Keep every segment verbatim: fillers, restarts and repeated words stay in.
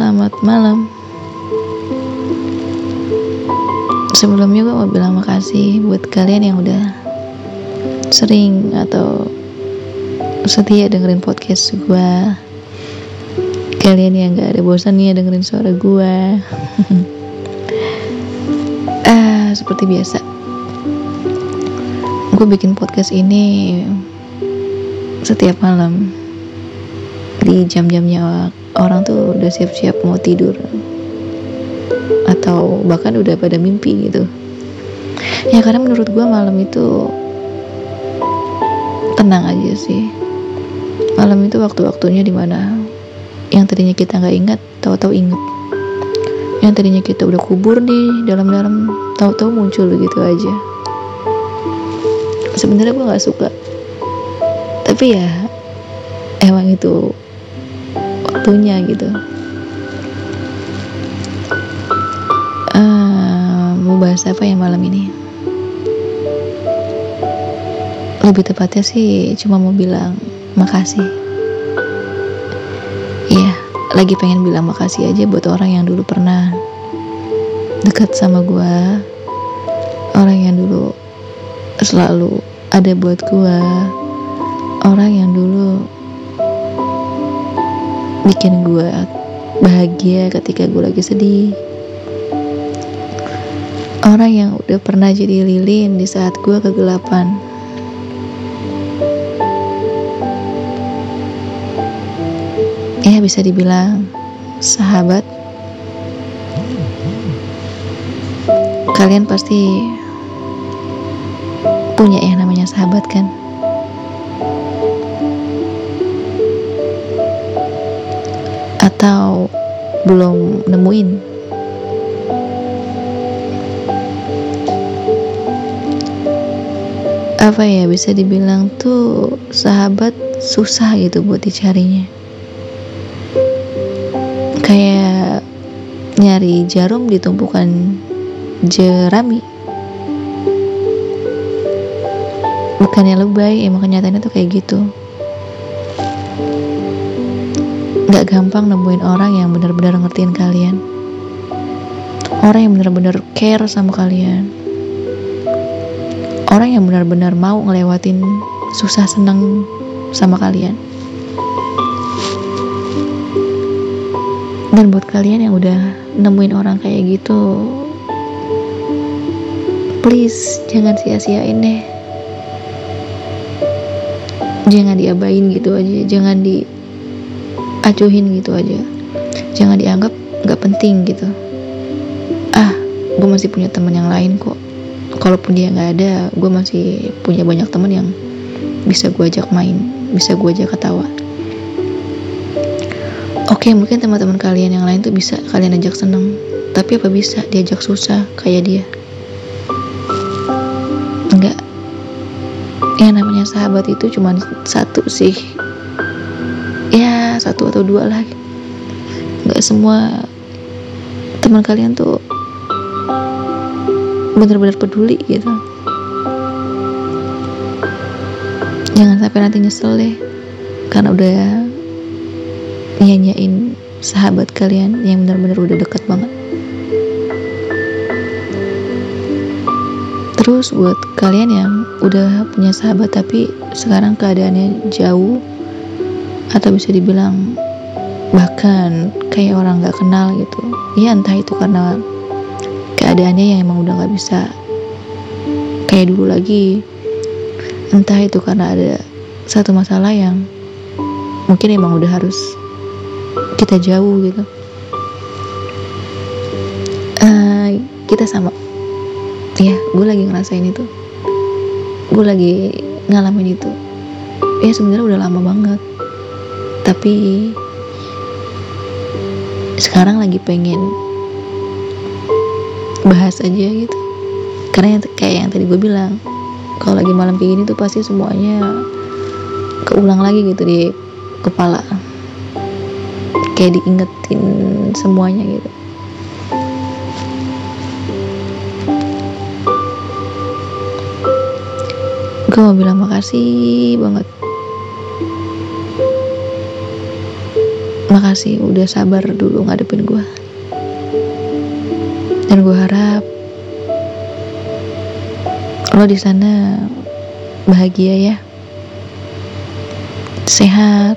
selamat malam. Sebelumnya gue mau bilang makasih buat kalian yang udah sering atau setia dengerin podcast gue. Kalian yang gak ada bosannya dengerin suara gue. Ah, seperti biasa, gue bikin podcast ini setiap malam di jam-jamnya orang tuh udah siap-siap mau tidur atau bahkan udah pada mimpi gitu ya, karena menurut gue malam itu tenang aja sih. Malam itu waktu-waktunya dimana yang tadinya kita gak ingat tahu-tahu inget, yang tadinya kita udah kubur nih dalam-dalam tahu-tahu muncul begitu aja. Sebenarnya gue gak suka, tapi ya emang itu waktunya gitu. Uh, mau bahas apa ya malam ini? Lebih tepatnya sih cuma mau bilang makasih. Iya, lagi pengen bilang makasih aja buat orang yang dulu pernah dekat sama gue, orang yang dulu selalu ada buat gue, orang yang dulu bikin gue bahagia ketika gue lagi sedih, orang yang udah pernah jadi lilin di saat gue kegelapan. Ya bisa dibilang sahabat. Kalian pasti punya yang namanya sahabat kan? Atau belum nemuin? Apa ya, bisa dibilang tuh sahabat susah gitu buat dicarinya. Kayak nyari jarum di tumpukan jerami. Bukannya lebay, emang kenyataannya tuh kayak gitu. Gak gampang nemuin orang yang benar-benar ngertiin kalian, orang yang benar-benar care sama kalian, orang yang benar-benar mau ngelewatin susah senang sama kalian. Dan buat kalian yang udah nemuin orang kayak gitu, please jangan sia-siain deh. Jangan diabain gitu aja, jangan diacuhin gitu aja, jangan dianggap gak penting gitu. Ah, gue masih punya teman yang lain kok. Kalaupun dia gak ada, gue masih punya banyak teman yang bisa gue ajak main, bisa gue ajak ketawa. Oke, mungkin teman-teman kalian yang lain tuh bisa kalian ajak seneng, tapi apa bisa diajak susah kayak dia? Enggak. Yang namanya sahabat itu cuma satu sih, ya satu atau dua lah. Enggak semua teman kalian tuh benar-benar peduli gitu. Jangan sampai nanti nyesel deh karena udah nyanyain sahabat kalian yang benar-benar udah dekat banget. Terus buat kalian yang udah punya sahabat tapi sekarang keadaannya jauh, atau bisa dibilang bahkan kayak orang gak kenal gitu, ya entah itu karena keadaannya yang emang udah gak bisa kayak dulu lagi, entah itu karena ada satu masalah yang mungkin emang udah harus kita jauh gitu. uh, Kita sama ya, gue lagi ngerasain itu, gue lagi ngalamin itu. Ya sebenarnya udah lama banget, tapi sekarang lagi pengen bahas aja gitu. Karena yang, kayak yang tadi gue bilang, kalau lagi malam kayak gini tuh pasti semuanya keulang lagi gitu di kepala, kayak diingetin semuanya gitu. Gue mau bilang makasih banget makasih udah sabar dulu ngadepin gue. Dan gue harap lo di sana bahagia ya, sehat.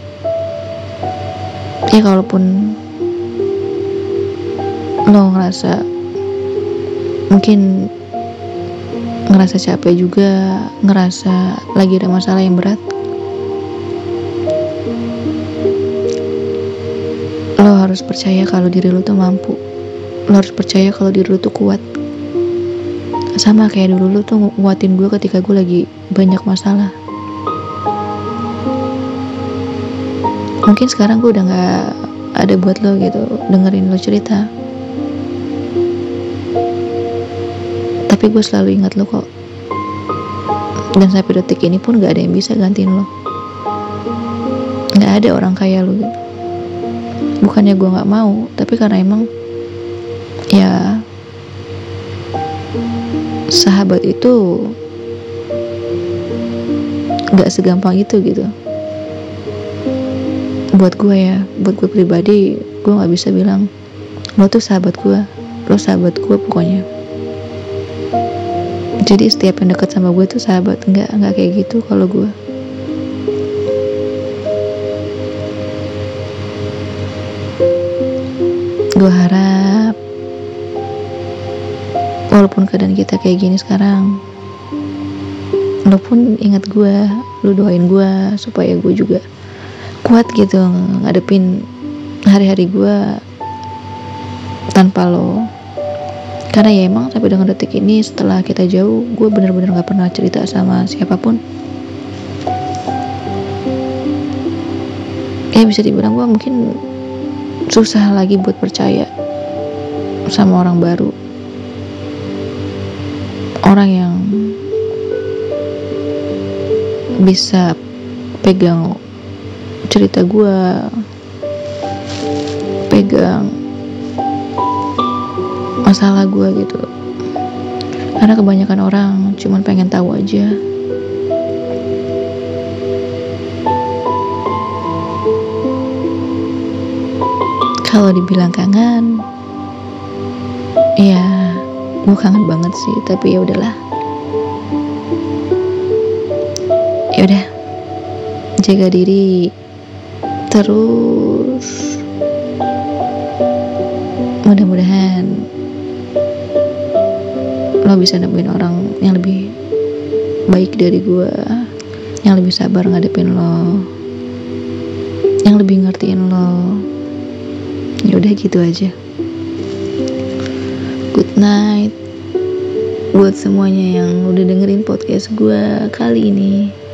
Ya kalaupun lo ngerasa mungkin ngerasa capek juga, ngerasa lagi ada masalah yang berat, lo harus percaya kalau diri lo tuh mampu. Lo harus percaya kalau diri lo tuh kuat. Sama kayak dulu lo tuh nguatin gue ketika gue lagi banyak masalah. Mungkin sekarang gue udah gak ada buat lo gitu, dengerin lo cerita, tapi gue selalu ingat lo kok. Dan sampai detik ini pun gak ada yang bisa gantiin lo. Gak ada orang kaya lo gitu. Bukannya gue gak mau, tapi karena emang ya sahabat itu gak segampang itu gitu. Buat gue ya, buat gue pribadi, gue gak bisa bilang lo tuh sahabat gue, lo sahabat gue pokoknya. Jadi setiap yang dekat sama gue tuh sahabat. Enggak, enggak kayak gitu kalau gue. Gue harap walaupun keadaan kita kayak gini sekarang, lo pun ingat gue, lo doain gue supaya gue juga kuat gitu ngadepin hari-hari gue tanpa lo. Karena ya emang sampai dengan detik ini setelah kita jauh, gue bener-bener gak pernah cerita sama siapapun. Ya bisa dibilang gue mungkin susah lagi buat percaya sama orang baru, orang yang bisa pegang cerita gue, pegang masalah gue gitu. Karena kebanyakan orang cuman pengen tahu aja. Kalau dibilang kangen, ya gue kangen banget sih, tapi ya udahlah. Ya udah, jaga diri terus. Mudah-mudahan lo bisa nemuin orang yang lebih baik dari gue, yang lebih sabar ngadepin lo, yang lebih ngertiin lo. Ya udah gitu aja. Good night buat semuanya yang udah dengerin podcast gue kali ini.